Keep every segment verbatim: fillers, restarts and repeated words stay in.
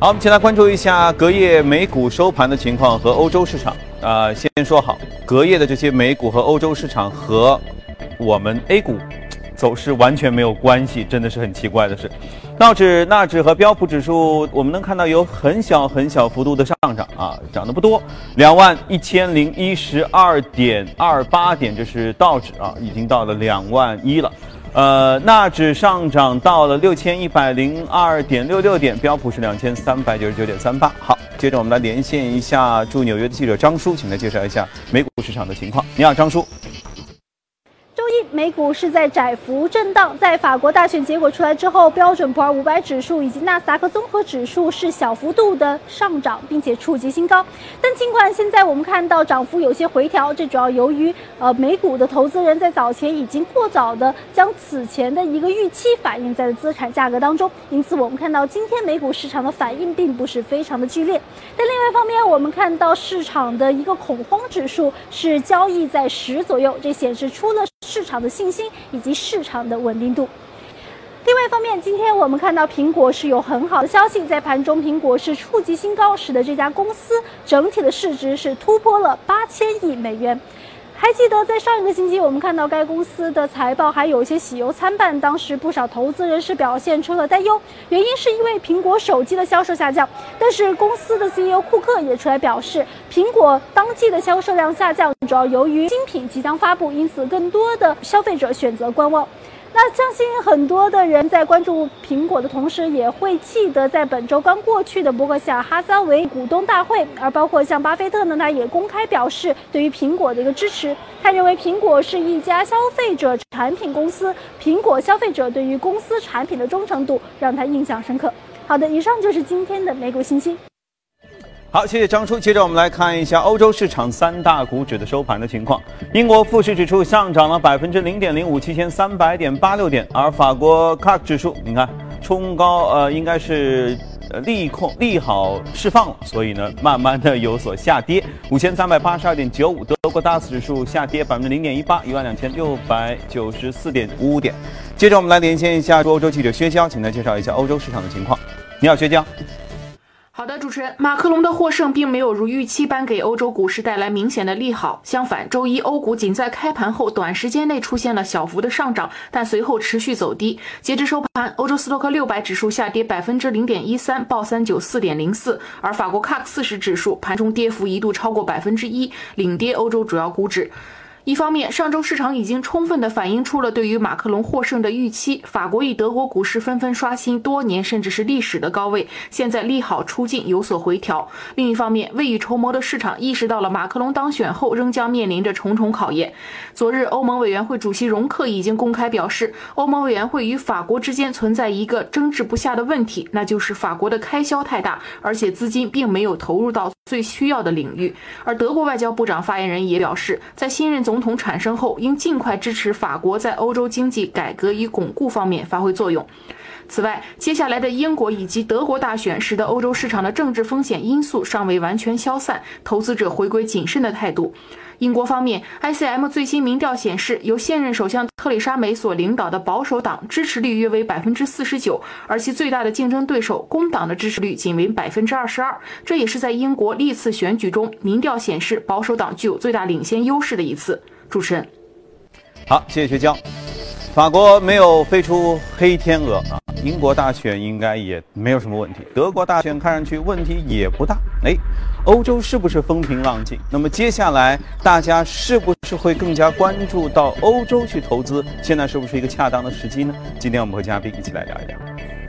好，我们先来关注一下隔夜美股收盘的情况和欧洲市场。呃，先说好，隔夜的这些美股和欧洲市场和我们 A 股走势完全没有关系，真的是很奇怪的事。道指、纳指和标普指数，我们能看到有很小很小幅度的上涨啊，涨得不多，两万一千零一十二点二八点，这是道指啊，已经到了两万一了。呃，纳指上涨到了六千一百零二点六六点，标普是两千三百九十九点三八。好，接着我们来连线一下驻纽约的记者张叔，请他介绍一下美股市场的情况。你好，张叔。 周一美股是在窄幅震荡，在法国大选结果出来之后，标准普尔五百指数以及纳斯达克综合指数是小幅度的上涨，并且触及新高。但尽管现在我们看到涨幅有些回调，这主要由于呃美股的投资人在早前已经过早的将此前的一个预期反映在了资产价格当中，因此我们看到今天美股市场的反应并不是非常的剧烈。但另外一方面，我们看到市场的一个恐慌指数是交易在十左右，这显示出了市场的信心以及市场的稳定度。另外一方面，今天我们看到苹果是有很好的消息，在盘中苹果是触及新高，使得这家公司整体的市值是突破了八千亿美元。还记得在上一个星期，我们看到该公司的财报还有一些喜忧参半，当时不少投资人是表现出了担忧，原因是因为苹果手机的销售下降。但是公司的 C E O 库克也出来表示，苹果当季的销售量下降主要由于新品即将发布，因此更多的消费者选择观望。那相信很多的人在关注苹果的同时，也会记得在本周刚过去的伯克希尔哈撒韦股东大会，而包括像巴菲特呢，他也公开表示对于苹果的一个支持。他认为苹果是一家消费者产品公司，苹果消费者对于公司产品的忠诚度让他印象深刻。好的，以上就是今天的美股信息。 好，谢谢张叔。接着我们来看一下欧洲市场三大股指的收盘的情况。英国富时指数上涨了百分之零点零五，七千三百点八六点，而法国 C A C 指数，你看冲高，呃，应该是呃利空利好释放了，所以呢，慢慢的有所下跌，五千三百八十二点九五。德国 D A X 指数下跌百分之零点一八，一万两千六百九十四点五五点。接着我们来连线一下欧洲记者薛娇，请他介绍一下欧洲市场的情况。你好，薛娇。 好的，主持人，马克龙的获胜并没有如预期般给欧洲股市带来明显的利好，相反，周一欧股仅在开盘后短时间内出现了小幅的上涨，但随后持续走低。截至收盘，欧洲斯托克六百指数下跌百分之零点一三，报三九四点零四，而法国 C A C 四十指数盘中跌幅一度超过百分之一，领跌欧洲主要股指。一方面，上周市场已经充分地反映出了对于马克龙获胜的预期，法国与德国股市纷纷刷新多年甚至是历史的高位，现在利好出尽，有所回调。另一方面，未雨绸缪的市场意识到了马克龙当选后仍将面临着重重考验。昨日，欧盟委员会主席容克已经公开表示，欧盟委员会与法国之间存在一个争执不下的问题，那就是法国的开销太大，而且资金并没有投入到最需要的领域。而德国外交部长发言人也表示，在新任总统总统产生后，应尽快支持法国在欧洲经济改革与巩固方面发挥作用。此外，接下来的英国以及德国大选使得欧洲市场的政治风险因素尚未完全消散，投资者回归谨慎的态度。英国方面 ，I C M 最新民调显示，由现任首相特蕾莎梅所领导的保守党支持率约为百分之四十九，而其最大的竞争对手工党的支持率仅为百分之二十二。这也是在英国历次选举中，民调显示保守党具有最大领先优势的一次。主持人， 好，谢谢薛娇。法国没有飞出黑天鹅啊，英国大选应该也没有什么问题，德国大选看上去问题也不大。哎，欧洲是不是风平浪静？那么接下来大家是不是会更加关注到欧洲去投资？现在是不是一个恰当的时机呢？今天我们和嘉宾一起来聊一聊。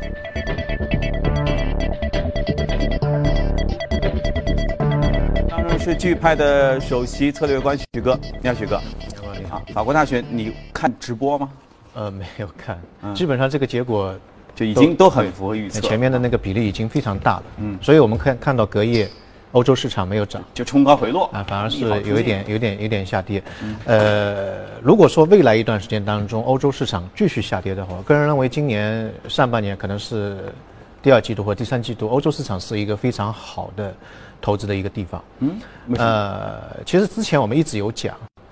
当然是钜派的首席策略官许哥，你好，许哥。 你好， 法国大选你看直播吗？ 呃，没有看， 嗯、 基本上这个结果就已经都很符合预测， 前面的那个比例已经非常大了，嗯，所以我们看看到隔夜欧洲市场没有涨， 就冲高回落啊，反而是有一点有点有点下跌。嗯、呃，如果说未来一段时间当中欧洲市场继续下跌的话，个人认为今年上半年可能是第二季度或第三季度，欧洲市场是一个非常好的投资的一个地方。嗯，呃，其实之前我们一直有讲。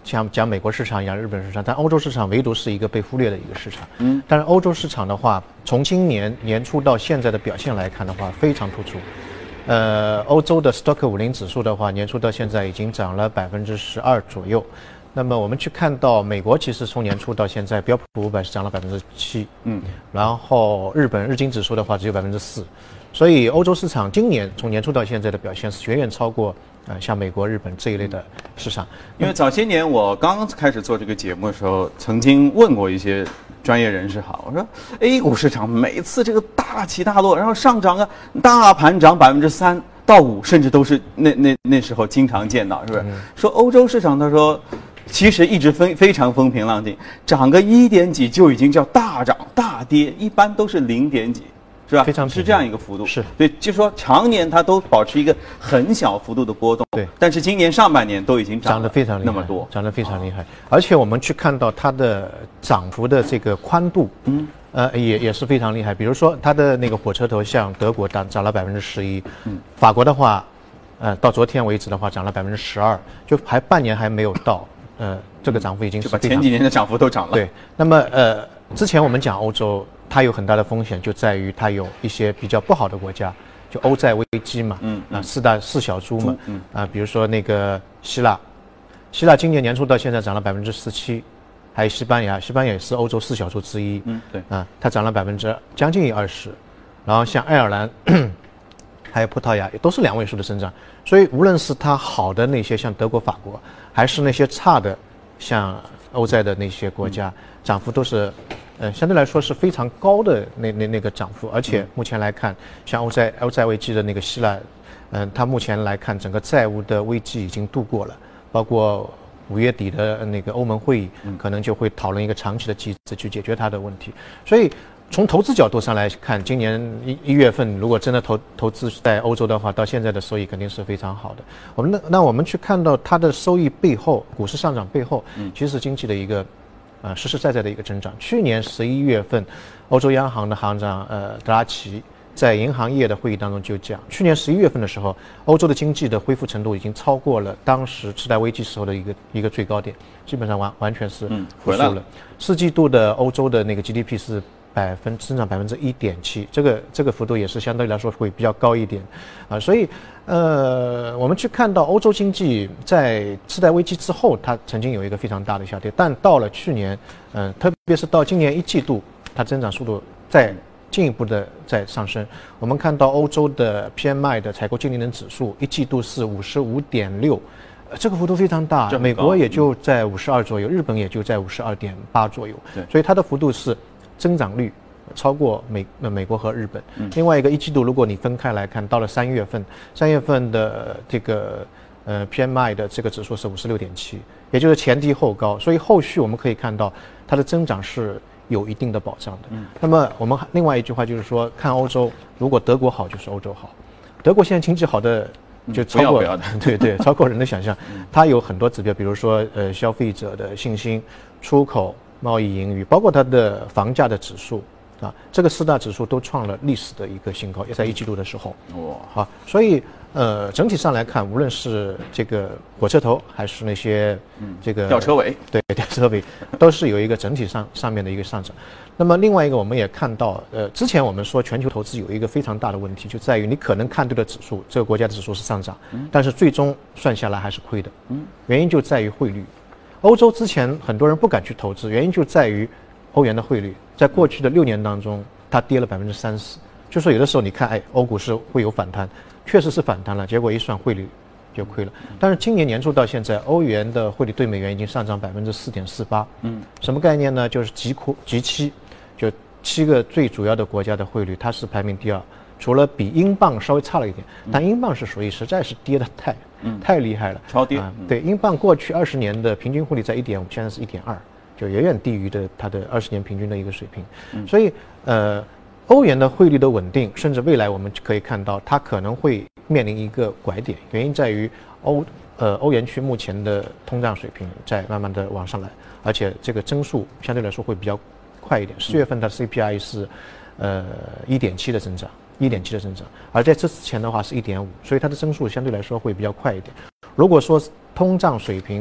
像讲美国市场、讲日本市场，但欧洲市场唯独是一个被忽略的一个市场。嗯，但是欧洲市场的话，从今年年初到现在的表现来看的话，非常突出。呃，欧洲的 S T O X 五零指数的话，年初到现在已经涨了百分之十二左右。那么我们去看到美国，其实从年初到现在，标普五百是涨了百分之七，嗯，然后日本日经指数的话只有百分之四，所以欧洲市场今年从年初到现在的表现是远远超过呃像美国、日本这一类的市场。 因为早些年我刚刚开始做这个节目的时候，曾经问过一些专业人士哈，我说 A 股市场每次这个大起大落，然后上涨啊，大盘涨百分之三到五，甚至都是那那那时候经常见到，是不是？嗯、说欧洲市场，他说其实一直非非常风平浪静，涨个一点几就已经叫大涨大跌，一般都是零点几。是吧？ 非常是这样一个幅度， 是对，就是说常年它都保持一个很小幅度的波动， 对。 但是今年上半年都已经涨得非常厉害， 那么多， 涨得非常厉害。而且我们去看到它的涨幅的这个宽度，嗯，呃，也也是非常厉害。比如说它的那个火车头，像德国涨涨了百分之十一，嗯，法国的话，呃，到昨天为止的话涨了百分之十二，就还半年还没有到，呃，这个涨幅已经是就把前几年的涨幅都涨了。 对，那么呃，之前我们讲欧洲。它有很大的风险，就在于它有一些比较不好的国家，就欧债危机嘛，嗯啊，四大四小猪嘛，嗯啊，比如说那个希腊，希腊今年年初到现在涨了百分之十七，还有西班牙，西班牙也是欧洲四小猪之一， 嗯对啊，它涨了百分之将近二十，然后像爱尔兰，还有葡萄牙也都是两位数的增长，所以无论是它好的那些像德国、法国，还是那些差的像欧债的那些国家，嗯、涨幅都是。呃，相对来说是非常高的那那那个涨幅，而且目前来看，像欧债欧债危机的那个希腊，嗯、呃，它目前来看整个债务的危机已经度过了，包括五月底的那个欧盟会议，可能就会讨论一个长期的机制去解决它的问题。所以从投资角度上来看，今年一一月份如果真的投投资在欧洲的话，到现在的收益肯定是非常好的。我们那那我们去看到它的收益背后，股市上涨背后，其实是经济的一个。呃，实实在在的一个增长。去年十一月份，欧洲央行的行长呃德拉齐在银行业的会议当中就讲，去年十一月份的时候，欧洲的经济的恢复程度已经超过了当时次贷危机时候的一个一个最高点，基本上完完全是复苏了。四季度的欧洲的那个 G D P 是百分增长百分之一点七，这个这个幅度也是相对来说会比较高一点，啊，所以呃，我们去看到欧洲经济在次贷危机之后，它曾经有一个非常大的下跌，但到了去年，嗯、呃，特别是到今年一季度，它增长速度在进一步的在上升。我们看到欧洲的 P M I 的采购经理人指数一季度是五十五点六。这个幅度非常大，美国也就在五十二左右，日本也就在五十二点八左右，所以它的幅度是增长率超过美呃美国和日本。嗯、另外一个一季度，如果你分开来看，到了三月份，三月份的这个呃 P M I 的这个指数是五十六点七，也就是前低后高，所以后续我们可以看到它的增长是有一定的保障的。嗯、那么我们另外一句话就是说，看欧洲，如果德国好，就是欧洲好。德国现在经济好的。就超过、嗯、对对，超过人的想象。它有很多指标，比如说呃消费者的信心、出口、贸易盈余，包括它的房价的指数啊，这个四大指数都创了历史的一个新高，也在一季度的时候。哇，啊，所以呃整体上来看，无论是这个火车头还是那些嗯这个吊车尾， 对吊车尾，都是有一个整体上上面的一个上涨。那么另外一个，我们也看到，呃，之前我们说全球投资有一个非常大的问题，就在于你可能看对的指数，这个国家的指数是上涨，嗯、但是最终算下来还是亏的。嗯，原因就在于汇率。欧洲之前很多人不敢去投资，原因就在于欧元的汇率，在过去的六年当中，它跌了百分之三十。就说有的时候你看，哎，欧股市会有反弹，确实是反弹了，结果一算汇率就亏了。但是今年年初到现在，欧元的汇率对美元已经上涨百分之四点四八。嗯，什么概念呢？就是极库极期。就七个最主要的国家的汇率，它是排名第二，除了比英镑稍微差了一点，但英镑是属于实在是跌得太、嗯、太厉害了， 超跌、 啊。对，英镑过去二十年的平均汇率在一点五，现在是一点二，就远远低于的它的二十年平均的一个水平。嗯、所以呃，欧元的汇率的稳定，甚至未来我们可以看到它可能会面临一个拐点，原因在于欧呃欧元区目前的通胀水平在慢慢的往上来，而且这个增速相对来说会比较快一点。四月份它的 C P I 是，呃一点七的增长，一点七的增长，而在这之前的话是一点五，所以它的增速相对来说会比较快一点。如果说通胀水平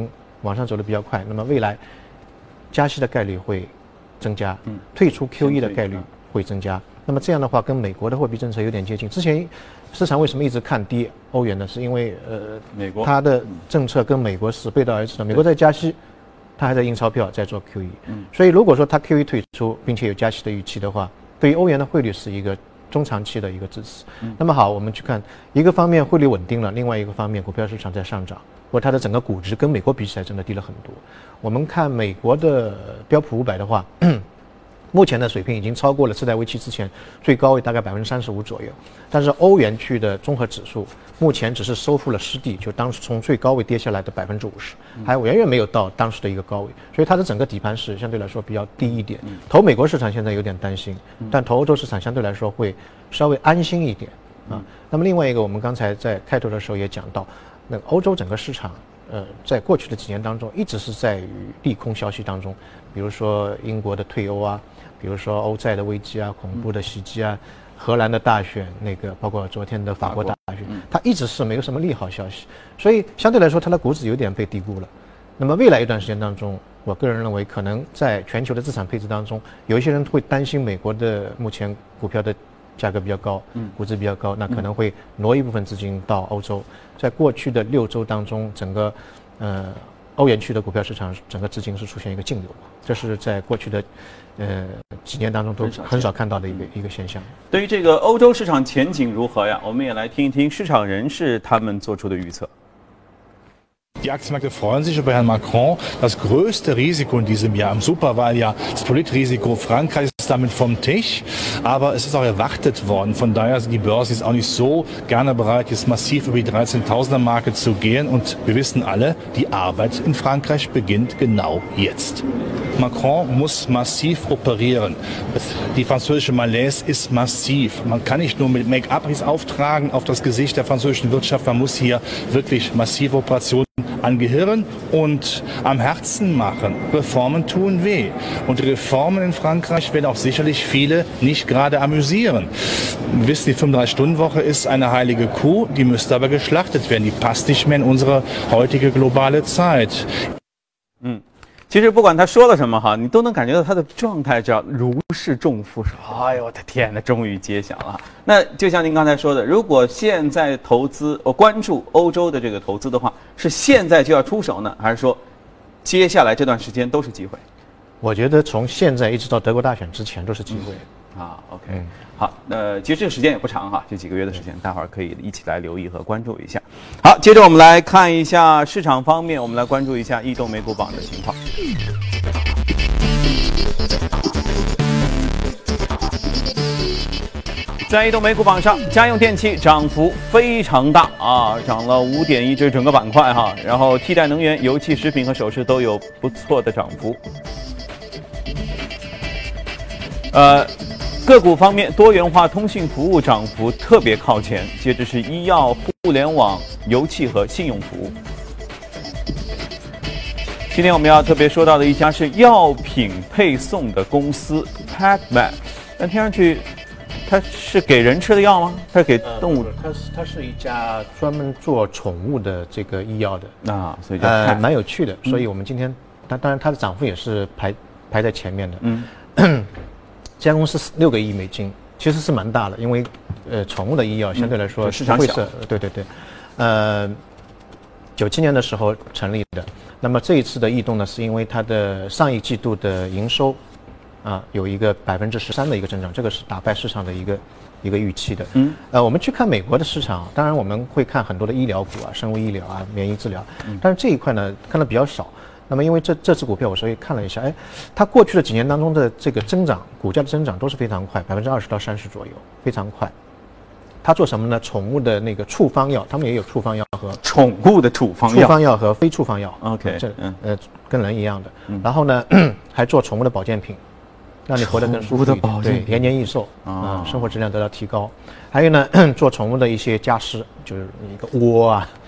往上走的比较快，那么未来加息的概率会增加，嗯，退出 Q E 的概率会增加。那么这样的话，跟美国的货币政策有点接近。之前市场为什么一直看低欧元呢？是因为呃， 美国它的政策跟美国是背道而驰的。美国在加息，它还在印钞票，在做 Q E。嗯，所以如果说它 Q E 退出，并且有加息的预期的话，对于欧元的汇率是一个中长期的一个支持。嗯，那么好，我们去看一个方面汇率稳定了，另外一个方面股票市场在上涨，或它的整个估值跟美国比起来真的低了很多。我们看美国的标普五百的话。目前的水平已经超过了次贷危机之前最高位大概百分之三十五左右，但是欧元区的综合指数目前只是收复了失地，就当时从最高位跌下来的百分之五十，还远远没有到当时的一个高位，所以它的整个底盘是相对来说比较低一点。投美国市场现在有点担心，但投欧洲市场相对来说会稍微安心一点啊。那么另外一个，我们刚才在开头的时候也讲到，那个欧洲整个市场。呃，在过去的几年当中，一直是在于利空消息当中，比如说英国的退欧啊，比如说欧债的危机啊，恐怖的袭击啊，荷兰的大选，那个包括昨天的法国大选，它一直是没有什么利好消息，所以相对来说，它的股指有点被低估了。那么未来一段时间当中，我个人认为，可能在全球的资产配置当中，有一些人会担心美国的目前股票的价格比较高，嗯，估值比较高，那可能会挪一部分资金到欧洲。在过去的六周当中，整个呃欧元区的股票市场整个资金是出现一个净流，这是在过去的呃几年当中都很少看到的一个一个现象。 对于这个欧洲市场前景如何呀？我们也来听一听市场人士他们做出的预测。 Die Aktienmärkte freuen sich über Herrn Macron. Das größte Risiko in diesem Jahr im Superwahljahr, das Politrisiko Frankreich ist damit vom Tisch. Aber es ist auch erwartet worden. Von daher sind die Börsen jetzt auch nicht so gerne bereit, jetzt massiv über die dreizehntausender Marke zu gehen. Und wir wissen alle, die Arbeit in Frankreich beginnt genau jetzt. Macron muss massiv operieren. Die französische Malaise ist massiv. Man kann nicht nur mit Make-up auftragen auf das Gesicht der französischen Wirtschaft. Man muss hier wirklich massive Operationen an Gehirn und am Herzen machen. Reformen tun weh. Und die Reformen in Frankreich werden auch sicherlich viele nicht gerade amüsieren. Wir wissen, die fünfunddreißig-Stunden-Woche ist eine heilige Kuh, die müsste aber geschlachtet werden. Die passt nicht mehr in unsere heutige globale Zeit. 嗯。其实不管他说了什么哈，你都能感觉到他的状态叫如释重负，说哎呦我的天哪，终于揭晓了。那就像您刚才说的，如果现在投资我关注欧洲的这个投资的话，是现在就要出手呢，还是说接下来这段时间都是机会？ 我觉得从现在一直到德国大选之前都是机会。 嗯、啊 ，OK，、嗯、好，那其实这个时间也不长哈，就几个月的时间，大伙儿可以一起来留意和关注一下。好，接着我们来看一下市场方面，我们来关注一下异动美股榜的情况。在移动美股榜上，家用电器涨幅非常大啊，涨了 五点一， 这是整个板块哈。然后替代能源、油气、食品和首饰都有不错的涨幅。呃，个股方面，多元化通信服务涨幅特别靠前，接着是医药、互联网、油气和信用服务。今天我们要特别说到的一家是药品配送的公司 PacMed， 但听上去。它是给人吃的药吗？它是给动物？ 呃、它是它是一家专门做宠物的这个医药的啊，所以就呃蛮有趣的。所以我们今天，当当然它的涨幅也是排排在前面的。嗯，这家公司六个亿美金，其实是蛮大的，因为呃宠物的医药相对来说、 嗯、市场小。 对对对，呃，九七年的时候成立的。那么这一次的异动呢，是因为它的上一季度的营收。啊，有一个百分之十三的一个增长，这个是打败市场的一个一个预期的。嗯，呃，我们去看美国的市场，当然我们会看很多的医疗股啊，生物医疗啊，免疫治疗，嗯、但是这一块呢看的比较少。那么因为这这只股票，我所以看了一下，哎，它过去的几年当中的这个增长，股价的增长都是非常快，百分之二十到三十左右，非常快。它做什么呢？宠物的那个处方药，他们也有处方药和宠物的处方药， 处方药和非处方药。 OK， 这呃跟人一样的。嗯、然后呢，还做宠物的保健品。让你活得更舒服一点，对，延年益寿啊、呃，生活质量得到提高。还有呢，做宠物的一些家饰，就是一个窝啊，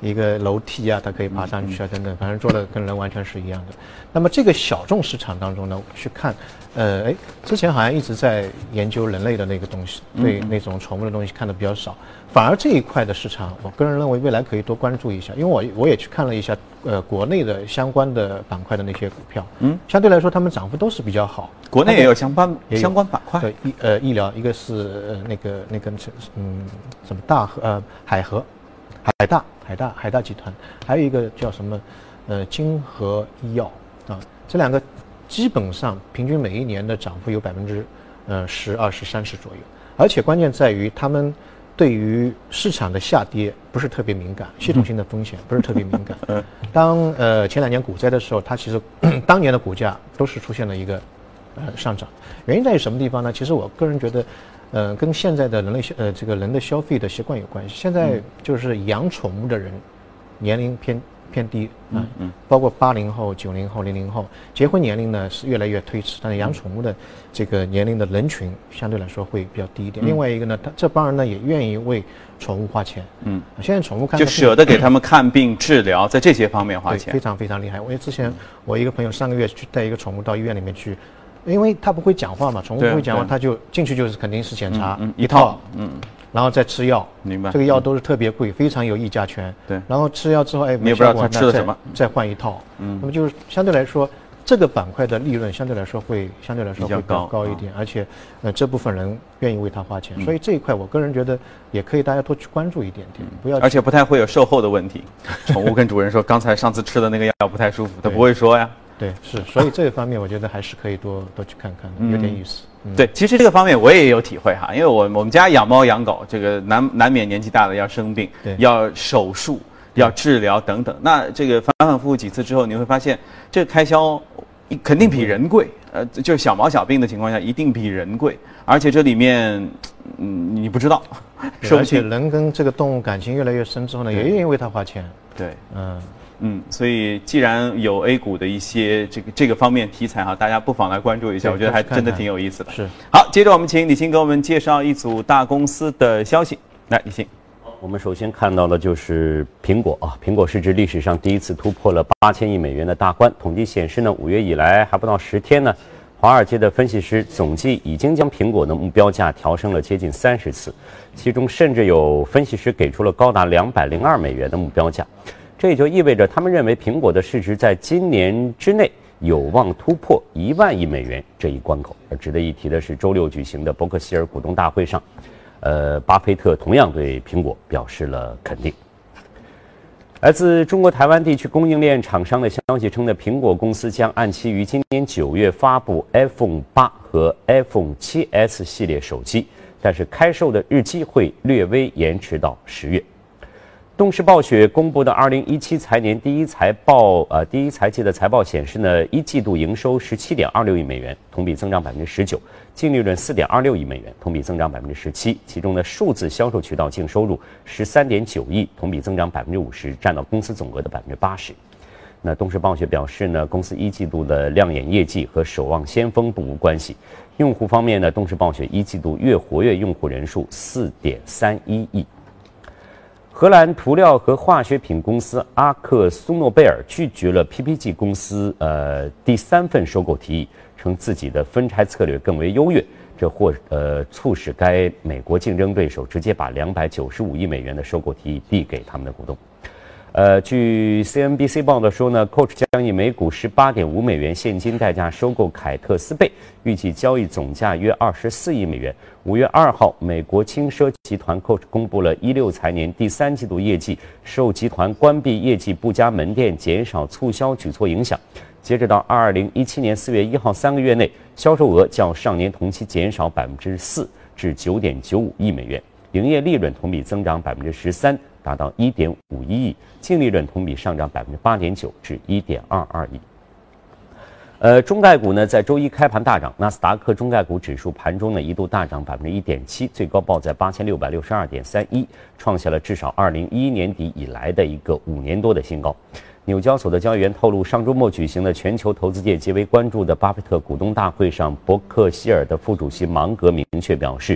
一个楼梯啊，它可以爬上去啊，等等，反正做的跟人完全是一样的。那么这个小众市场当中呢，去看，呃，哎，之前好像一直在研究人类的那个东西，对那种宠物的东西看的比较少，反而这一块的市场，我个人认为未来可以多关注一下，因为我我也去看了一下，呃，国内的相关的板块的那些股票，嗯，相对来说他们涨幅都是比较好。 国内也有相关相关板块， 对，医呃医疗，一个是呃那个那个嗯什么大和呃海河。海大、海大、海大集团，还有一个叫什么，呃，金河医药啊，这两个基本上平均每一年的涨幅有百分之呃十、二十、三十左右，而且关键在于他们对于市场的下跌不是特别敏感，系统性的风险不是特别敏感。当呃前两年股灾的时候，它其实当年的股价都是出现了一个呃上涨，原因在于什么地方呢？其实我个人觉得。呃，跟现在的人类呃这个人的消费的习惯有关系。现在就是养宠物的人，年龄偏偏低啊，嗯嗯，包括八零后、九零后、零零后，结婚年龄呢是越来越推迟，但是养宠物的这个年龄的人群相对来说会比较低一点。嗯、另外一个呢，他这帮人呢也愿意为宠物花钱，嗯，现在宠物看就舍得给他们看病治疗，在这些方面花钱， 非常非常厉害。因为之前我一个朋友上个月去带一个宠物到医院里面去。因为他不会讲话嘛，宠物不会讲话，他就进去就是肯定是检查、 嗯、 一套，嗯，然后再吃药， 明白？ 这个药都是特别贵，非常有议价权。 对， 然后吃药之后，哎， 你也不知道他吃了什么， 再换一套，嗯，那么就是相对来说，这个板块的利润相对来说会相对来说会比较高一点，而且呃这部分人愿意为他花钱，所以这一块我个人觉得也可以大家多去关注一点点，不要， 而且不太会有售后的问题。宠物跟主人说，刚才上次吃的那个药不太舒服，他不会说呀。 对，是，所以这一方面我觉得还是可以多多去看看的，有点意思。 嗯、对，其实这个方面我也有体会哈，因为我我们家养猫养狗，这个难难免年纪大了要生病，要手术、要治疗等等。那这个反反复复几次之后，你会发现这个开销肯定比人贵。呃，就是小毛小病的情况下，一定比人贵，而且这里面，嗯，你不知道， 而且人跟这个动物感情越来越深之后呢，也愿意为它花钱。 对，嗯。嗯，所以既然有 A 股的一些这个这个方面题材哈，大家不妨来关注一下，我觉得还真的挺有意思的。 是。 好，接着我们请李欣给我们介绍一组大公司的消息。来，李欣。 我们首先看到的就是苹果啊，苹果市值历史上第一次突破了八千亿美元的大关。统计显示呢，五月以来还不到十天呢，华尔街的分析师总计已经将苹果的目标价调升了接近三十次，其中甚至有分析师给出了高达两百零二美元的目标价。这也就意味着，他们认为苹果的市值在今年之内有望突破一万亿美元这一关口。而值得一提的是，周六举行的伯克希尔股东大会上，呃，巴菲特同样对苹果表示了肯定。来自中国台湾地区供应链厂商的消息称呢，苹果公司将按期于今年九月发布 iPhone 八和 iPhone 七 S 系列手机，但是开售的日期会略微延迟到十月。动视暴雪公布的二零一七财年第一财报，呃，第一财季的财报显示呢，一季度营收十七点二六亿美元，同比增长百分之十九，净利润四点二六亿美元，同比增长百分之十七。其中呢，数字销售渠道净收入十三点九亿，同比增长百分之五十，占到公司总额的百分之八十。那动视暴雪表示呢，公司一季度的亮眼业绩和守望先锋不无关系。用户方面呢，动视暴雪一季度月活跃用户人数四点三一亿。荷兰涂料和化学品公司阿克苏诺贝尔拒绝了 P P G 公司呃第三份收购提议，称自己的分拆策略更为优越，这或呃促使该美国竞争对手直接把两百九十五亿美元的收购提议递给他们的股东。呃，据 C N B C 报道说呢 ，Coach 将以每股十八点五美元现金代价收购凯特斯贝，预计交易总价约二十四亿美元。五月二号，美国轻奢集团 Coach 公布了一六财年第三季度业绩，受集团关闭业绩不佳门店、减少促销举措影响，截止到二零一七年四月一号三个月内，销售额较上年同期减少百分之四至九点九五亿美元，营业利润同比增长百分之十三。达到一点五一亿，净利润同比上涨百分之八点九至一点二二亿。呃，中概股呢在周一开盘大涨，纳斯达克中概股指数盘中呢一度大涨百分之一点七，最高报在八千六百六十二点三一，创下了至少二零一一年底以来的一个五年多的新高。纽交所的交易员透露，上周末举行的全球投资界极为关注的巴菲特股东大会上，伯克希尔的副主席芒格明确表示，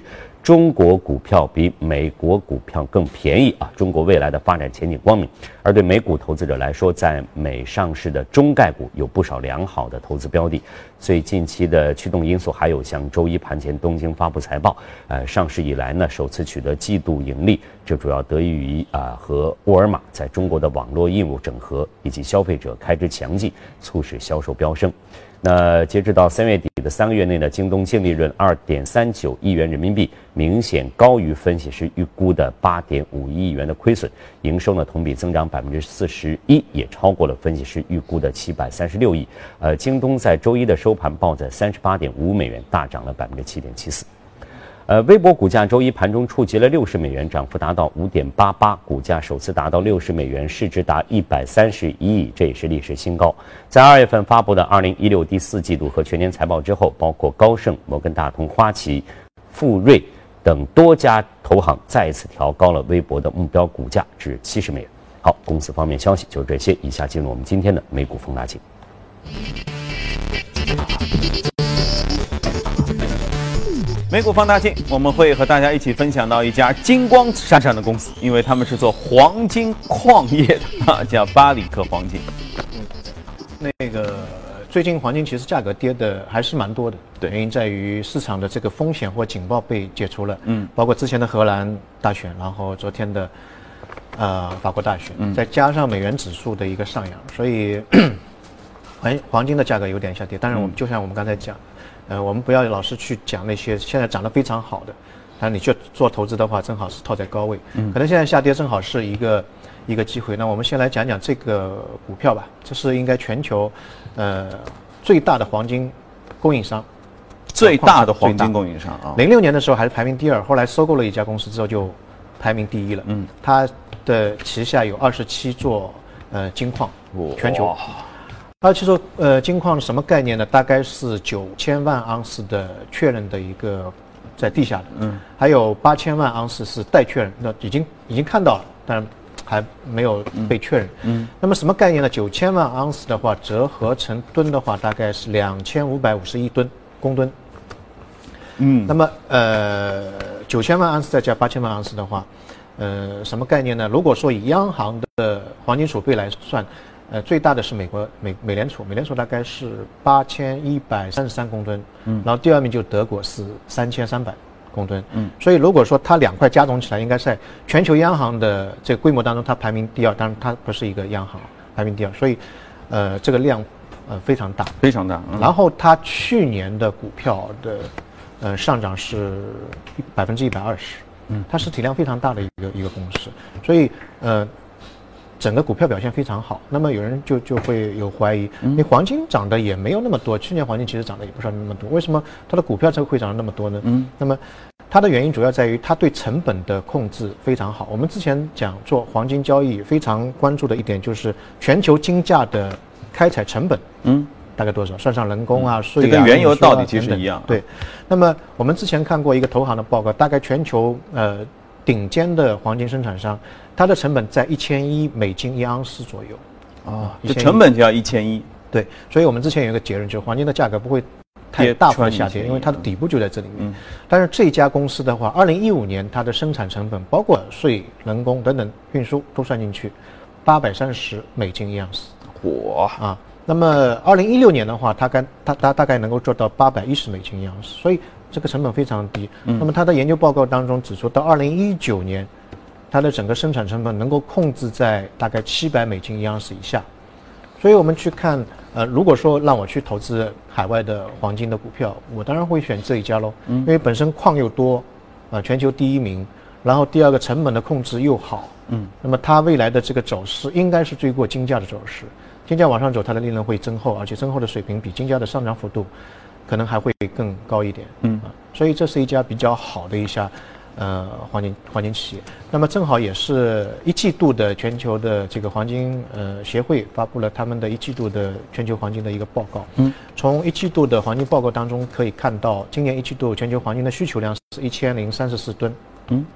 中国股票比美国股票更便宜啊，中国未来的发展前景光明。而对美股投资者来说，在美上市的中概股有不少良好的投资标的。最近期的驱动因素还有像周一盘前东京发布财报，呃，上市以来呢首次取得季度盈利，这主要得益于啊、呃、和沃尔玛在中国的网络业务整合以及消费者开支强劲，促使销售飙升。那截止到三月底的三个月内呢，京东净利润二点三九亿元人民币，明显高于分析师预估的八点五亿元的亏损。营收呢同比增长百分之四十一，也超过了分析师预估的七百三十六亿。呃，京东在周一的收盘报在三十八点五美元，大涨了百分之七点七四。呃，微博股价周一盘中触及了六十美元，涨幅达到五点八八，股价首次达到六十美元，市值达一百三十一亿，这也是历史新高。在二月份发布的二零一六第四季度和全年财报之后，包括高盛、摩根大通、花旗、富瑞等多家投行再一次调高了微博的目标股价至七十美元。好，公司方面消息就是这些，以下进入我们今天的美股放大镜。 美股放大镜，我们会和大家一起分享到一家金光闪闪的公司，因为他们是做黄金矿业的啊，叫巴里克黄金。 嗯，那个最近黄金其实价格跌的还是蛮多的， 对， 原因在于市场的这个风险或警报被解除了， 嗯， 包括之前的荷兰大选，然后昨天的呃法国大选，嗯，再加上美元指数的一个上扬，所以黄黄金的价格有点下跌。当然，我们就像我们刚才讲。呃，我们不要老是去讲那些现在涨得非常好的，但你去做投资的话，正好是套在高位。嗯，可能现在下跌正好是一个一个机会。那我们先来讲讲这个股票吧，这是应该全球呃最大的黄金供应商， 最大的黄金供应商啊。 零六年的时候还是排名第二，后来收购了一家公司之后就排名第一了。嗯，它的旗下有二十七座呃金矿，全球。二十七座呃金矿什么概念呢？大概是九千万盎司的确认的一个在地下的，嗯，还有八千万盎司是待确认，那已经已经看到了，但还没有被确认。嗯，嗯那么什么概念呢？九千万盎司的话，折合成吨的话，大概是两千五百五十一吨公吨。嗯，那么呃九千万盎司再加八千万盎司的话，呃什么概念呢？如果说以央行的黄金储备来算。呃，最大的是美国美美联储，美联储大概是八千一百三十三公吨，嗯，然后第二名就德国是三千三百公吨，嗯，所以如果说它两块加总起来，应该在全球央行的这个规模当中，它排名第二，当然它不是一个央行，排名第二，所以，呃，这个量呃非常大， 非常大。 嗯、然后它去年的股票的呃上涨是百分之一百二十，嗯，它是体量非常大的一个一个公司，所以呃。整个股票表现非常好，那么有人就就会有怀疑，你黄金涨的也没有那么多，去年黄金其实涨的也不是那么多，为什么它的股票才会涨得那么多呢？嗯，那么它的原因主要在于它对成本的控制非常好。我们之前讲做黄金交易非常关注的一点就是全球金价的开采成本，嗯，大概多少？算上人工啊、税啊， 这跟原油道理其实一样。 对，那么我们之前看过一个投行的报告，大概全球呃顶尖的黄金生产商。它的成本在一千一美金一盎司左右， 啊，这成本就要一千一。 对，所以我们之前有一个结论，就是黄金的价格不会太大幅的下跌，因为它的底部就在这里面。嗯、但是这家公司的话，二零一五年它的生产成本，包括税、人工等等运输都算进去，八百三十美金一盎司。 嚯啊！那么二零一六年的话，它干它它大概能够做到八百一十美金一盎司，所以这个成本非常低。嗯、那么它的研究报告当中指出，到二零一九年。它的整个生产成本能够控制在大概七百美金一盎司以下，所以我们去看，呃，如果说让我去投资海外的黄金的股票，我当然会选这一家喽，嗯、因为本身矿又多，呃，全球第一名，然后第二个成本的控制又好，嗯，那么它未来的这个走势应该是追过金价的走势，金价往上走，它的利润会增厚，而且增厚的水平比金价的上涨幅度可能还会更高一点，嗯、啊，所以这是一家比较好的一家。呃，黄金黄金企业，那么正好也是一季度的全球的这个黄金呃协会发布了他们的一季度的全球黄金的一个报告。嗯，从一季度的黄金报告当中可以看到，今年一季度全球黄金的需求量是一千零三十四吨。嗯，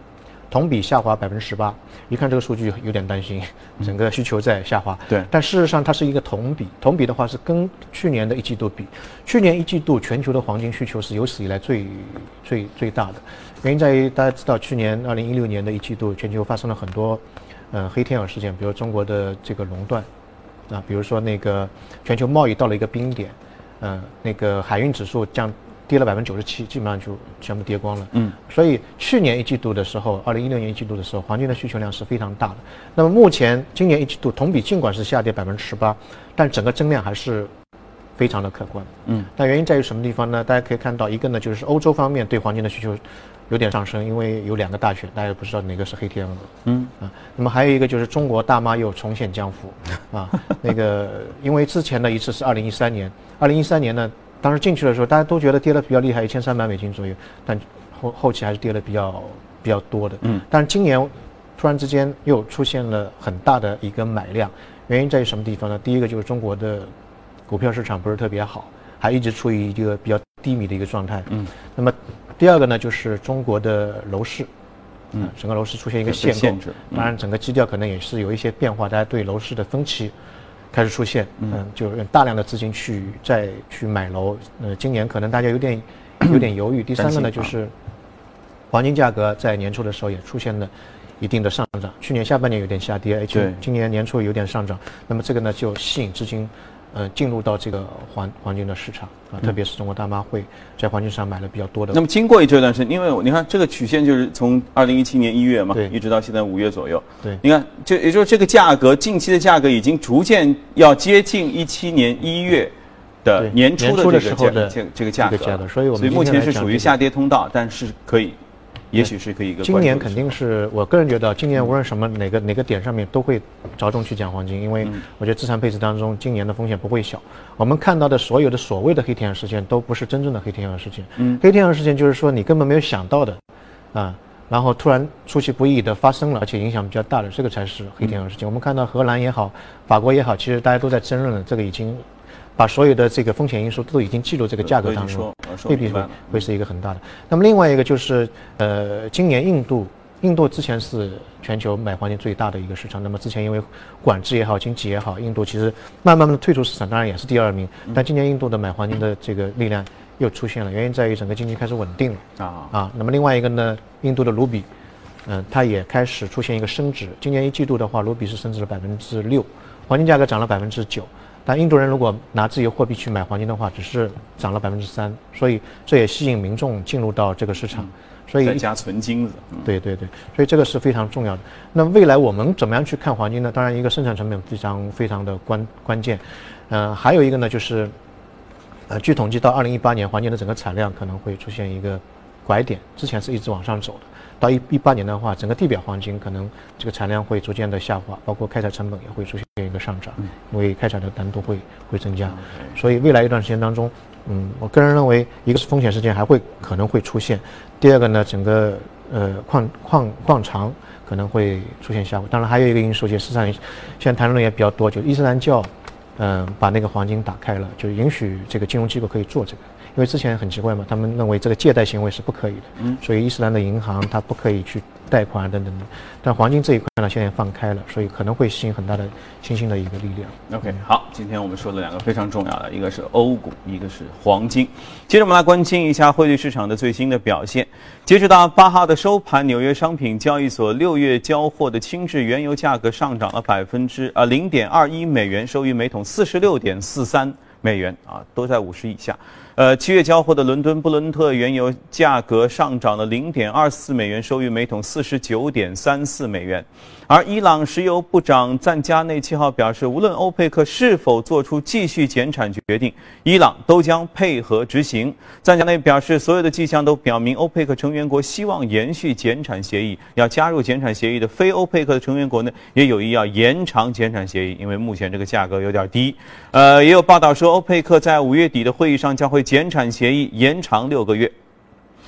同比下滑百分之十八。一看这个数据有点担心，整个需求在下滑。 对， 但事实上它是一个同比，同比的话是跟去年的一季度比，去年一季度全球的黄金需求是有史以来最最最大的。原因在于大家知道，去年二零一六年的一季度，全球发生了很多呃黑天鹅事件，比如中国的这个垄断，啊，比如说那个全球贸易到了一个冰点，呃，那个海运指数降。跌了百分之九十七，基本上就全部跌光了。嗯，所以去年一季度的时候，二零一六年一季度的时候，黄金的需求量是非常大的。那么目前今年一季度同比尽管是下跌百分之十八，但整个增量还是非常的可观。嗯，那原因在于什么地方呢？大家可以看到，一个呢就是欧洲方面对黄金的需求有点上升，因为有两个大选，大家也不知道哪个是黑天鹅。嗯啊，那么还有一个就是中国大妈又重现江湖啊，那个因为之前的一次是二零一三年，二零一三年呢。当时进去的时候，大家都觉得跌得比较厉害，一千三百美金左右，但后后期还是跌得比较比较多的。嗯，但是今年突然之间又出现了很大的一个买量，原因在于什么地方呢？第一个就是中国的股票市场不是特别好，还一直处于一个比较低迷的一个状态。嗯，那么第二个呢，就是中国的楼市，嗯，整个楼市出现一个限购，限制，当然整个基调可能也是有一些变化，大家对楼市的分歧开始出现，嗯，就用大量的资金去再去买楼，呃，今年可能大家有点有点犹豫。第三个呢，就是黄金价格在年初的时候也出现了一定的上涨，去年下半年有点下跌，今今年年初有点上涨，那么这个呢就吸引资金，呃，进入到这个黄黄金的市场啊，特别是中国大妈会在黄金上买了比较多的。 那么经过一这段时间，因为你看这个曲线就是从二零一七年一月嘛，一直到现在五月左右。 对， 你看，就也就是这个价格，近期的价格已经逐渐要接近一七年一月的年初的这个时候的这这个价格， 价格，所以我们所以目前是属于下跌通道，但是可以。也许是可以一个。 今年肯定是我个人觉得，今年无论什么哪个哪个点上面都会着重去讲黄金，因为我觉得资产配置当中今年的风险不会小。我们看到的所有的所谓的黑天鹅事件都不是真正的黑天鹅事件。嗯，黑天鹅事件就是说你根本没有想到的，啊，然后突然出其不意的发生了，而且影响比较大的，这个才是黑天鹅事件。我们看到荷兰也好，法国也好，其实大家都在争论了，这个已经。把所有的这个风险因素都已经记录这个价格当中，未必会会是一个很大的。那么另外一个就是，呃，今年印度，印度之前是全球买黄金最大的一个市场。那么之前因为管制也好，经济也好，印度其实慢慢的退出市场，当然也是第二名。但今年印度的买黄金的这个力量又出现了，原因在于整个经济开始稳定了啊啊。那么另外一个呢，印度的卢比，嗯、呃，它也开始出现一个升值。今年一季度的话，卢比是升值了百分之六，黄金价格涨了百分之九。但印度人如果拿自己的货币去买黄金的话，只是涨了百分之三，所以这也吸引民众进入到这个市场。嗯、所以在家存金子。 嗯、对对对，所以这个是非常重要的。那未来我们怎么样去看黄金呢？当然，一个生产成本非常非常的关关键。呃，还有一个呢，就是呃，据统计到二零一八年，黄金的整个产量可能会出现一个拐点，之前是一直往上走的。到一一八年的话，整个地表黄金可能这个产量会逐渐的下滑，包括开采成本也会出现一个上涨，因为开采的难度会会增加。所以未来一段时间当中，嗯，我个人认为，一个是风险事件还会可能会出现，第二个呢，整个呃矿矿矿藏可能会出现下滑。当然还有一个因素，就是市场现在谈论也比较多，就伊斯兰教，嗯、呃，把那个黄金打开了，就允许这个金融机构可以做这个。因为之前很奇怪嘛，他们认为这个借贷行为是不可以的，嗯，所以伊斯兰的银行它不可以去贷款等等的。但黄金这一块呢，现在放开了，所以可能会吸引很大的新兴的一个力量。 OK， 好，今天我们说了两个非常重要的，一个是欧股，一个是黄金。接着我们来关心一下汇率市场的最新的表现。截止到八号的收盘，纽约商品交易所六月交货的轻质原油价格上涨了百分之啊零点二一美元，收于每桶四十六点四三美元啊，都在五十以下。呃，七月交货的伦敦布伦特原油价格上涨了零点二四美元，收于每桶四十九点三四美元。而伊朗石油部长赞加内七号表示，无论欧佩克是否做出继续减产决定，伊朗都将配合执行。赞加内表示，所有的迹象都表明欧佩克成员国希望延续减产协议，要加入减产协议的非欧佩克的成员国呢，也有意要延长减产协议，因为目前这个价格有点低。呃，也有报道说，欧佩克在五月底的会议上将会减产协议延长六个月。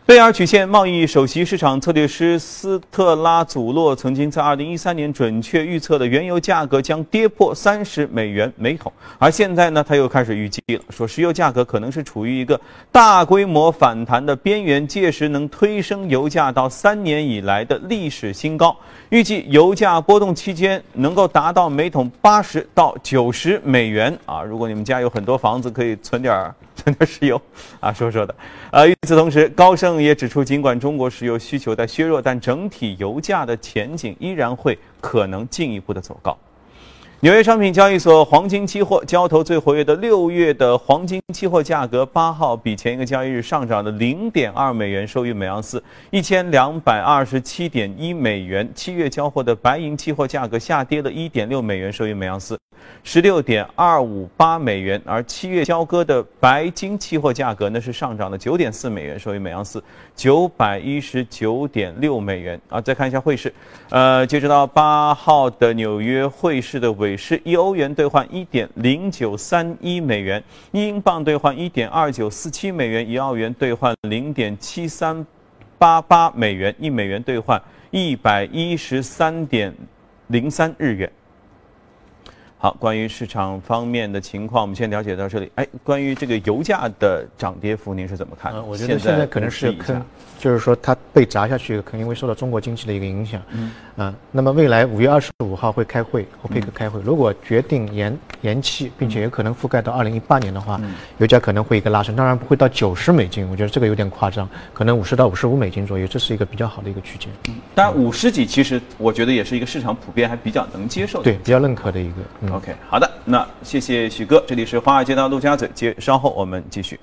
贝尔曲线贸易首席市场策略师斯特拉祖洛曾经在二零一三年准确预测的原油价格将跌破三十美元每桶，而现在呢，他又开始预计了，说石油价格可能是处于一个大规模反弹的边缘，届时能推升油价到三年以来的历史新高。预计油价波动期间能够达到每桶八十到九十美元啊！如果你们家有很多房子，可以存点儿。存点石油啊，说说的。呃，与此同时，高盛也指出，尽管中国石油需求在削弱，但整体油价的前景依然会可能进一步的走高。纽约商品交易所黄金期货交投最活跃的六月的黄金期货价格，八号比前一个交易日上涨了 零点二美元，收于每盎司一千两百二十七点一美元。七月交货的白银期货价格下跌了 一点六美元，收于每盎司十六点二五八美元，而七月交割的白金期货价格呢是上涨了 九点四美元，收于每盎司九百一十九点六美元。啊，再看一下汇市，呃，截止到八号的纽约汇市的尾市，一欧元兑换 一点零九三一美元，一英镑兑换 一点二九四七美元，一澳元兑换 零点七三八八美元，一美元兑换一百一十三点零三日元。好，关于市场方面的情况，我们先了解到这里。哎，关于这个油价的涨跌幅，您是怎么看的？ 嗯，我觉得现在可能是坑，就是说它被砸下去，可能因为受到中国经济的一个影响。嗯，啊，那么未来五月二十五号会开会，欧佩克开会，如果决定延延期，并且有可能覆盖到二零一八年的话，嗯、油价可能会一个拉升，当然不会到九十美金，我觉得这个有点夸张，可能五十到五十五美金左右，这是一个比较好的一个区间。 嗯，当然五十几其实我觉得也是一个市场普遍还比较能接受的， 对，比较认可的一个。 嗯、OK， 好的。那谢谢许哥，这里是华尔街到陆家嘴，接稍后我们继续。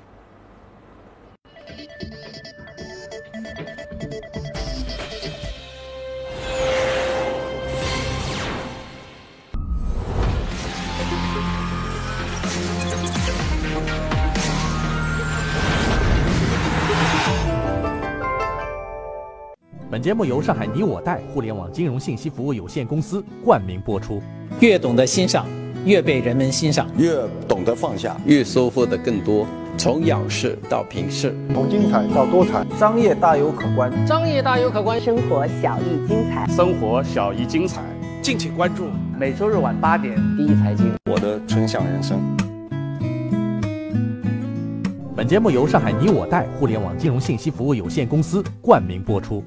本节目由上海你我贷互联网金融信息服务有限公司冠名播出。 越懂得欣赏，越被人们欣赏； 越懂得放下，越收获的更多。从仰视到平视， 从精彩到多彩， 商业大有可观， 商业大有可观， 生活小亦精彩， 生活小亦精彩。 敬请关注每周日晚八点第一财经， 我的春享人生。 本节目由上海你我贷互联网金融信息服务有限公司冠名播出。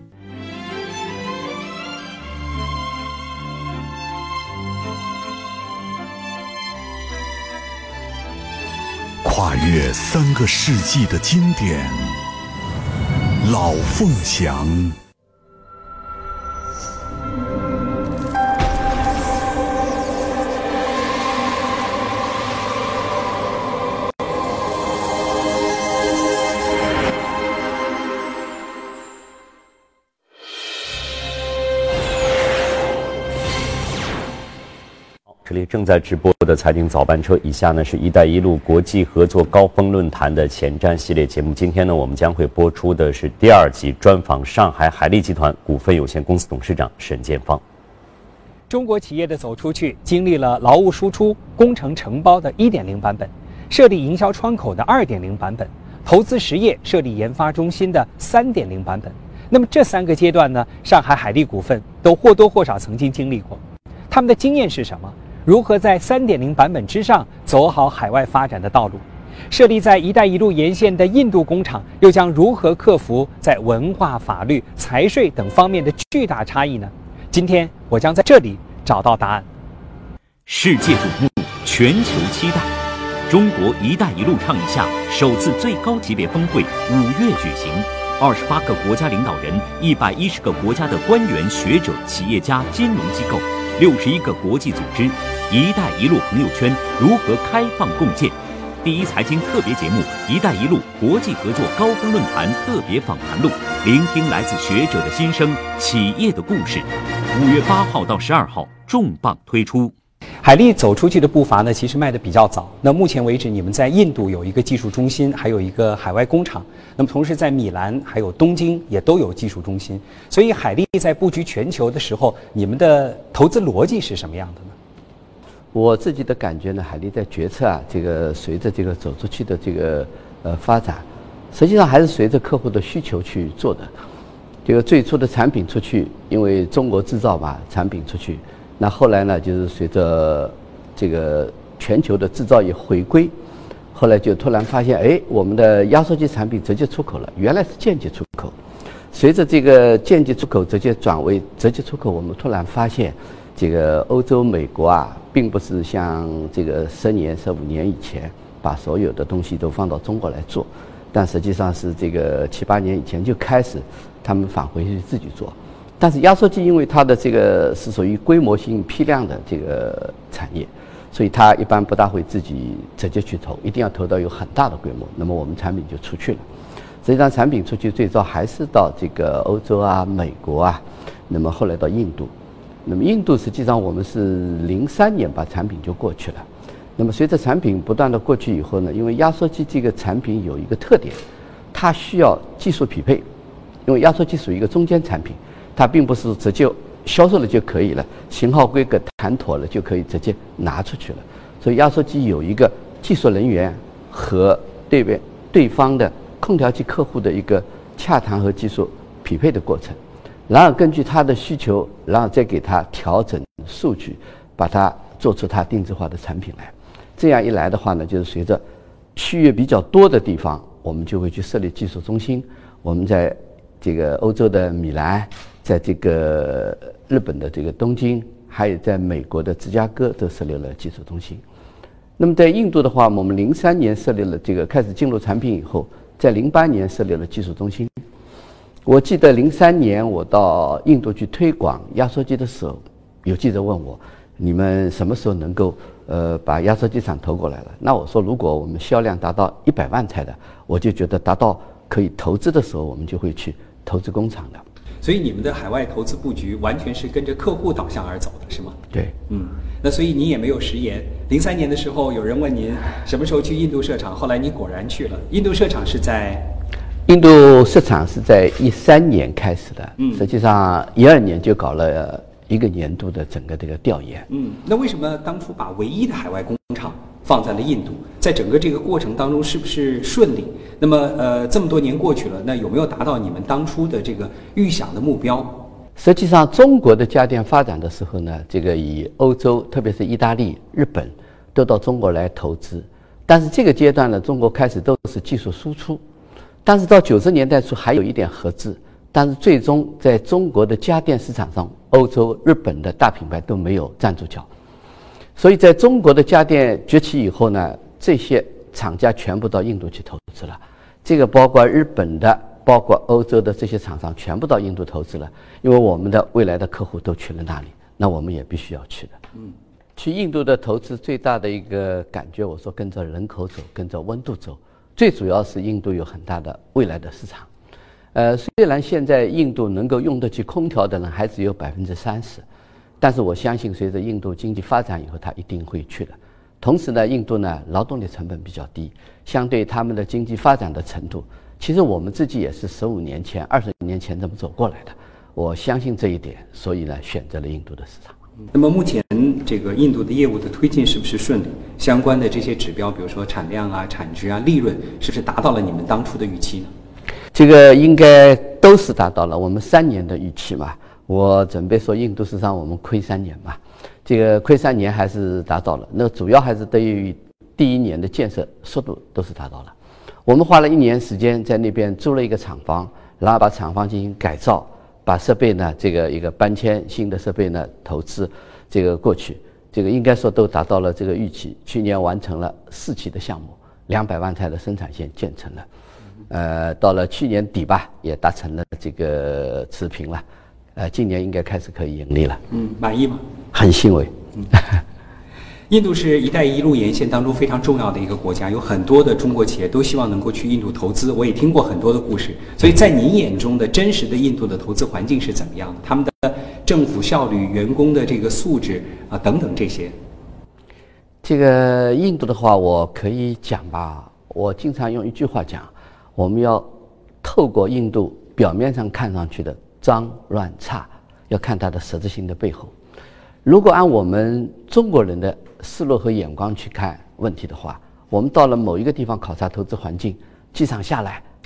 跨越三个世纪的经典，老凤祥。 这里正在直播的财经早班车，以下呢是一带一路国际合作高峰论坛的前瞻系列节目。今天呢，我们将会播出的是第二集，专访上海海力集团股份有限公司董事长沈建芳。 中国企业的走出去，经历了劳务输出、工程承包的 一点零 版本，设立营销窗口的 二点零 版本，投资实业、设立研发中心的 三点零 版本。那么这三个阶段呢，上海海力股份都或多或少曾经经历过。他们的经验是什么？如何在 三点零 版本之上走好海外发展的道路？设立在“一带一路”沿线的印度工厂又将如何克服在文化、法律、财税等方面的巨大差异呢？今天我将在这里找到答案。 世界瞩目，全球期待，中国“一带一路”倡议下首次最高级别峰会五月举行，二十八个国家领导人，一百一十个国家的官员、学者、企业家、金融机构。六十一个国际组织，“一带一路”朋友圈如何开放共建？第一财经特别节目“一带一路”国际合作高峰论坛特别访谈录，聆听来自学者的心声、企业的故事。五月八号到十二号重磅推出。 海力走出去的步伐呢，其实迈得比较早。那目前为止，你们在印度有一个技术中心，还有一个海外工厂。那么同时在米兰还有东京也都有技术中心。所以海力在布局全球的时候，你们的投资逻辑是什么样的呢？ 我自己的感觉呢，海力在决策啊，这个随着这个走出去的这个呃发展， 实际上还是随着客户的需求去做的。这个最初的产品出去，因为中国制造嘛，产品出去，那后来呢，就是随着这个全球的制造业回归，后来就突然发现，哎，我们的压缩机产品直接出口了，原来是间接出口。随着这个间接出口直接转为直接出口，我们突然发现，这个欧洲、美国啊，并不是像这个十年、十五年以前把所有的东西都放到中国来做，但实际上是这个七八年以前就开始，他们返回去自己做。但是压缩机因为它的这个是属于规模性批量的这个产业，所以它一般不大会自己直接去投，一定要投到有很大的规模，那么我们产品就出去了。实际上产品出去最早还是到这个欧洲啊、美国啊，那么后来到印度。那么印度实际上我们是零三年把产品就过去了。那么随着产品不断的过去以后呢，因为压缩机这个产品有一个特点，它需要技术匹配，因为压缩机属于一个中间产品，它并不是直接销售了就可以了，型号规格谈妥了就可以直接拿出去了。所以压缩机有一个技术人员和对面对方的空调机客户的一个洽谈和技术匹配的过程，然后根据他的需求，然后再给他调整数据，把它做出他定制化的产品来。这样一来的话呢，就是随着区域比较多的地方，我们就会去设立技术中心。我们在这个欧洲的米兰，在这个日本的这个东京，还有在美国的芝加哥都设立了技术中心。那么在印度的话，我们零三年设立了这个开始进入产品以后，在零八年设立了技术中心。我记得零三年我到印度去推广压缩机的时候，有记者问我，你们什么时候能够呃把压缩机厂投过来了？那我说，如果我们销量达到一百万台的，我就觉得达到可以投资的时候，我们就会去投资工厂的。 所以你们的海外投资布局完全是跟着客户导向而走的，是吗？ 对， 嗯，那所以你也没有食言。零三年的时候，有人问您什么时候去印度设厂，后来你果然去了。印度设厂是在？ 印度设厂是在一三年开始的，嗯，实际上一二年就搞了一个年度的整个这个调研。 嗯，那为什么当初把唯一的海外工厂放在了印度？在整个这个过程当中是不是顺利？那么呃，这么多年过去了，那有没有达到你们当初的这个预想的目标？ 实际上，中国的家电发展的时候呢，这个以欧洲，特别是意大利、日本，都到中国来投资。但是这个阶段呢，中国开始都是技术输出，但是到九十年代初还有一点合资，但是最终在中国的家电市场上，欧洲、日本的大品牌都没有站住脚。所以在中国的家电崛起以后呢，这些厂家全部到印度去投资了。这个包括日本的，包括欧洲的这些厂商全部到印度投资了，因为我们的未来的客户都去了那里，那我们也必须要去的。嗯，去印度的投资最大的一个感觉，我说跟着人口走，跟着温度走，最主要是印度有很大的未来的市场。呃，虽然现在印度能够用得起空调的人还只有百分之三十，但是我相信随着印度经济发展以后，它一定会去的。同时呢，印度呢劳动力成本比较低，相对他们的经济发展的程度，其实我们自己也是十五年前、二十年前这么走过来的。我相信这一点，所以呢选择了印度的市场。 那么目前这个印度的业务的推进是不是顺利？相关的这些指标，比如说产量啊、产值啊、利润，是不是达到了你们当初的预期呢？ 这个应该都是达到了我们三年的预期嘛。我准备说印度市场我们亏三年嘛，这个亏三年还是达到了。那主要还是对于第一年的建设速度都是达到了。我们花了一年时间在那边租了一个厂房，然后把厂房进行改造，把设备呢这个一个搬迁新的设备呢投资这个过去，这个应该说都达到了这个预期。去年完成了四期的项目，两百万台的生产线建成了。呃，到了去年底吧，也达成了这个持平了。呃，今年应该开始可以盈利了。 嗯，满意吗？ 很欣慰。 嗯，印度是一带一路沿线当中非常重要的一个国家，有很多的中国企业都希望能够去印度投资。我也听过很多的故事，所以在您眼中的真实的印度的投资环境是怎么样的？他们的政府效率、员工的这个素质啊等等这些。 这个印度的话，我可以讲吧，我经常用一句话讲，我们要透过印度表面上看上去的脏乱差，要看它的实质性的背后。如果按我们中国人的思路和眼光去看问题的话，我们到了某一个地方考察投资环境，几场下来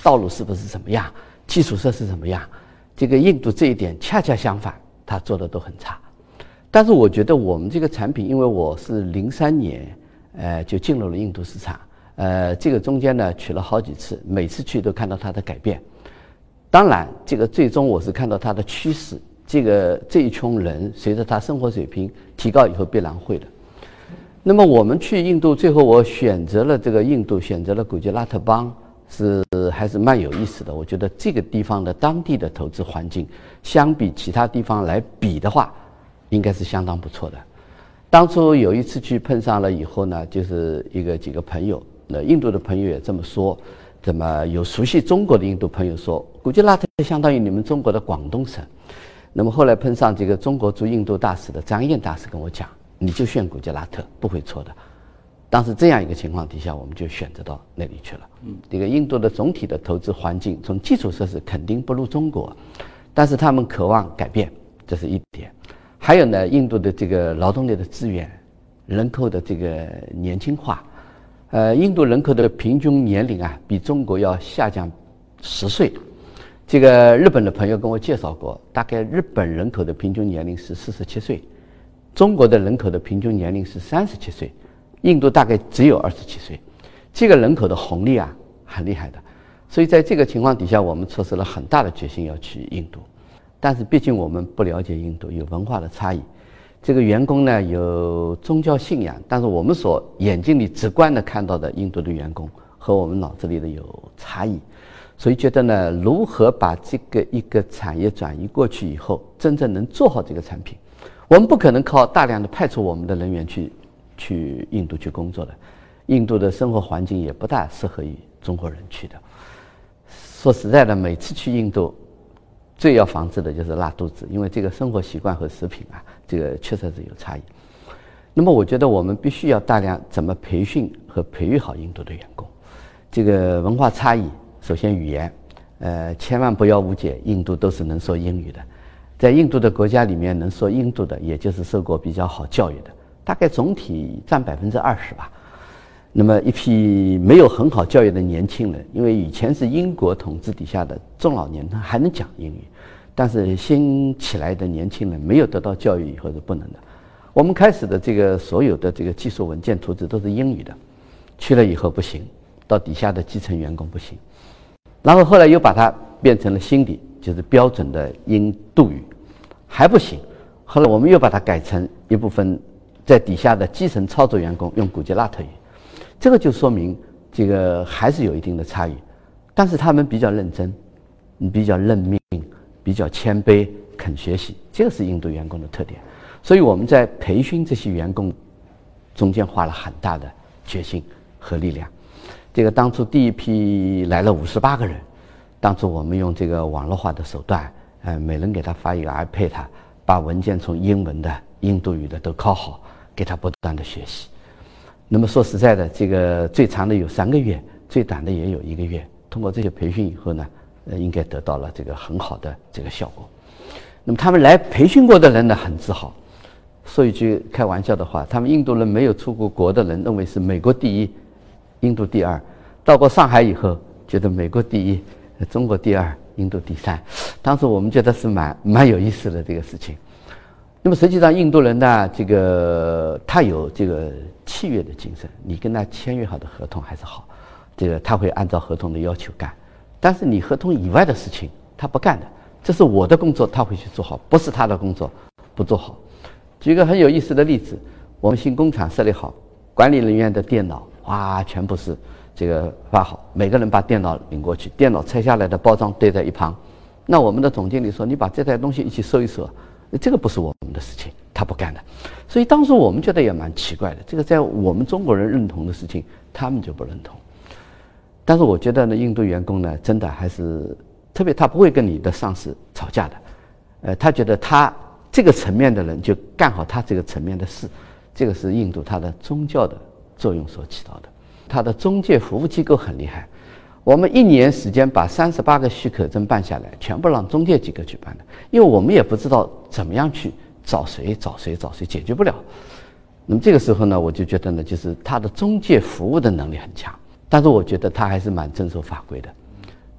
道路是不是怎么样，基础设施怎么样。这个印度这一点恰恰相反，它做的都很差。但是我觉得我们这个产品，因为我是零三年，呃，就进入了印度市场，呃，这个中间呢去了好几次，每次去都看到它的改变。当然，这个最终我是看到它的趋势，这个这一群人随着他生活水平提高以后必然会的。那么我们去印度，最后我选择了这个印度，选择了古吉拉特邦，是还是蛮有意思的。我觉得这个地方的当地的投资环境，相比其他地方来比的话，应该是相当不错的。当初有一次去碰上了以后呢，就是一个几个朋友，那印度的朋友也这么说。那么有熟悉中国的印度朋友说，古吉拉特相当于你们中国的广东省。那么后来碰上这个中国驻印度大使的张燕大使跟我讲，你就选古吉拉特，不会错的。当时这样一个情况底下，我们就选择到那里去了。嗯，这个印度的总体的投资环境，从基础设施肯定不如中国，但是他们渴望改变，这是一点。还有呢，印度的这个劳动力的资源，人口的这个年轻化。呃，印度人口的平均年龄啊，比中国要下降十岁。这个日本的朋友跟我介绍过，大概日本人口的平均年龄是四十七岁，中国的人口的平均年龄是三十七岁，印度大概只有二十七岁。这个人口的红利啊，很厉害的。所以在这个情况底下，我们措施了很大的决心要去印度。但是毕竟我们不了解印度，有文化的差异。这个员工呢有宗教信仰，但是我们所眼睛里直观的看到的印度的员工和我们脑子里的有差异，所以觉得呢，如何把这个一个产业转移过去以后，真正能做好这个产品，我们不可能靠大量的派出我们的人员去去印度去工作的，印度的生活环境也不大适合于中国人去的。说实在的，每次去印度，最要防止的就是拉肚子，因为这个生活习惯和食品啊，这个确实是有差异。那么我觉得我们必须要大量怎么培训和培育好印度的员工。这个文化差异，首先语言，呃，千万不要误解，印度都是能说英语的。在印度的国家里面，能说印度的，也就是受过比较好教育的，大概总体占百分之二十吧。那么一批没有很好教育的年轻人，因为以前是英国统治底下的中老年，他还能讲英语，但是新起来的年轻人没有得到教育以后是不能的。我们开始的这个所有的这个技术文件图纸都是英语的，去了以后不行，到底下的基层员工不行，然后后来又把它变成了新的，就是标准的印度语，还不行。后来我们又把它改成一部分在底下的基层操作员工用古吉拉特语。这个就说明这个还是有一定的差异，但是他们比较认真，比较认命，比较谦卑，肯学习，这个是印度员工的特点。所以我们在培训这些员工中间花了很大的决心和力量。这个当初第一批来了五十八个人，当初我们用这个网络化的手段，呃，每人给他发一个 iPad， 把文件从英文的、印度语的都拷好，给他不断的学习。那么说实在的，这个最长的有三个月，最短的也有一个月。通过这些培训以后呢，呃，应该得到了这个很好的这个效果。那么他们来培训过的人呢，很自豪。说一句开玩笑的话，他们印度人没有出过国的人认为是美国第一，印度第二。到过上海以后，觉得美国第一，中国第二，印度第三。当时我们觉得是蛮蛮有意思的这个事情。那么实际上印度人呢，这个他有这个契约的精神，你跟他签约好的合同还是好，这个他会按照合同的要求干，但是你合同以外的事情他不干的，这是我的工作他会去做好，不是他的工作不做好。举一个很有意思的例子，我们新工厂设立好，管理人员的电脑哇全部是这个发好，每个人把电脑领过去，电脑拆下来的包装堆在一旁，那我们的总经理说你把这台东西一起收一收，这个不是我们的事情，他不干的。所以当时我们觉得也蛮奇怪的，这个在我们中国人认同的事情，他们就不认同。但是我觉得呢，印度员工呢，真的还是特别，他不会跟你的上司吵架的。呃，他觉得他这个层面的人就干好他这个层面的事，这个是印度它的宗教的作用所起到的。它的中介服务机构很厉害。我们一年时间把三十八个许可证办下来，全部让中介机构去办的，因为我们也不知道怎么样去找谁找谁找谁，解决不了。那么这个时候呢，我就觉得呢，就是他的中介服务的能力很强，但是我觉得他还是蛮遵守法规的。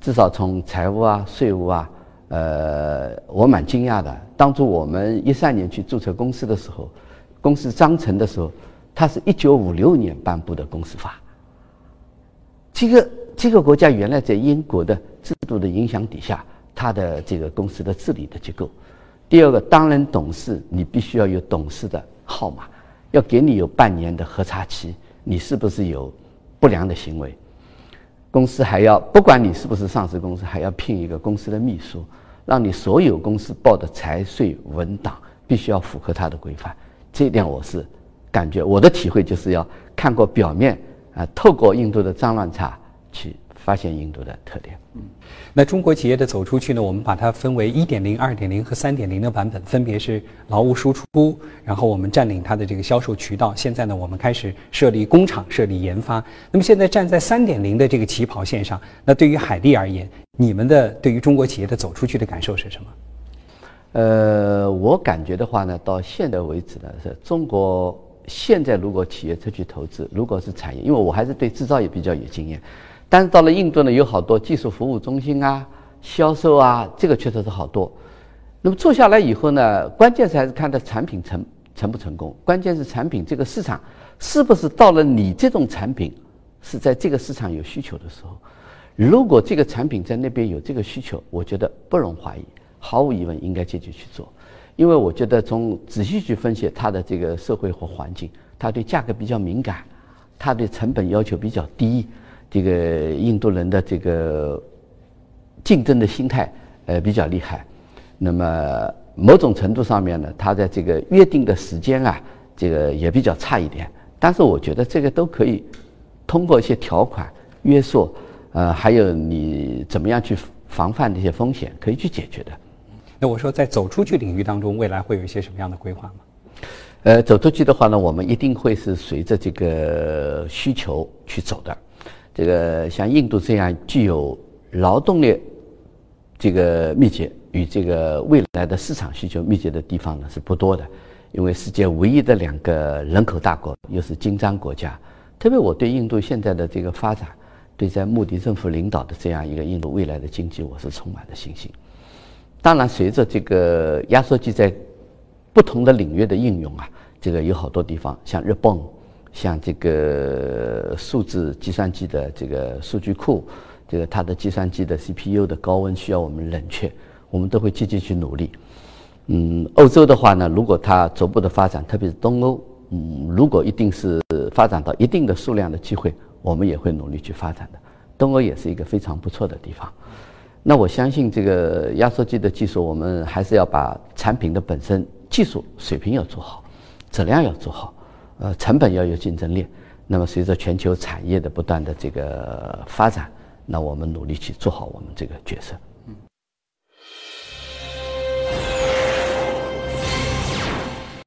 至少从财务啊、税务啊，呃，我蛮惊讶的。当初我们一三年去注册公司的时候，公司章程的时候，它是一九五六年颁布的公司法。这个这个国家原来在英国的制度的影响底下，它的这个公司的治理的结构。第二个，当然董事你必须要有董事的号码，要给你有半年的核查期，你是不是有不良的行为？公司还要不管你是不是上市公司，还要聘一个公司的秘书，让你所有公司报的财税文档必须要符合它的规范。这一点我是感觉我的体会就是要看过表面啊、呃，透过印度的脏乱差去发现印度的特点。 嗯，那中国企业的走出去呢，我们把它分为一点零、二点零和三点零的版本，分别是劳务输出，然后我们占领它的这个销售渠道。现在呢，我们开始设立工厂、设立研发。那么现在站在三点零的这个起跑线上，那对于海力而言，你们的对于中国企业的走出去的感受是什么？ 呃，我感觉的话呢，到现在为止呢，是中国现在如果企业出去投资，如果是产业，因为我还是对制造业比较有经验。但是到了印度呢，有好多技术服务中心啊、销售啊，这个确实是好多。那么做下来以后呢，关键是还是看它产品成成不成功，关键是产品这个市场是不是到了你这种产品是在这个市场有需求的时候。如果这个产品在那边有这个需求，我觉得不容怀疑，毫无疑问应该积极去做。因为我觉得从仔细去分析它的这个社会和环境，它对价格比较敏感，它对成本要求比较低。这个印度人的这个竞争的心态呃比较厉害，那么某种程度上面呢，他在这个约定的时间啊，这个也比较差一点。但是我觉得这个都可以通过一些条款约束，呃，还有你怎么样去防范这些风险，可以去解决的。 那我说在走出去领域当中，未来会有一些什么样的规划吗？ 呃，走出去的话呢，我们一定会是随着这个需求去走的。这个像印度这样具有劳动力这个密集与这个未来的市场需求密集的地方呢是不多的，因为世界唯一的两个人口大国又是金砖国家。特别我对印度现在的这个发展，对在莫迪政府领导的这样一个印度未来的经济，我是充满了信心。当然，随着这个压缩机在不同的领域的应用啊，这个有好多地方，像日本。像这个数字计算机的这个数据库，这个它的计算机的 C P U 的高温需要我们冷却，我们都会积极去努力。嗯，欧洲的话呢，如果它逐步的发展，特别是东欧，嗯，如果一定是发展到一定的数量的机会，我们也会努力去发展的。东欧也是一个非常不错的地方。那我相信这个压缩机的技术，我们还是要把产品的本身技术水平要做好，质量要做好。呃，成本要有竞争力。那么随着全球产业的不断的这个发展，那我们努力去做好我们这个角色。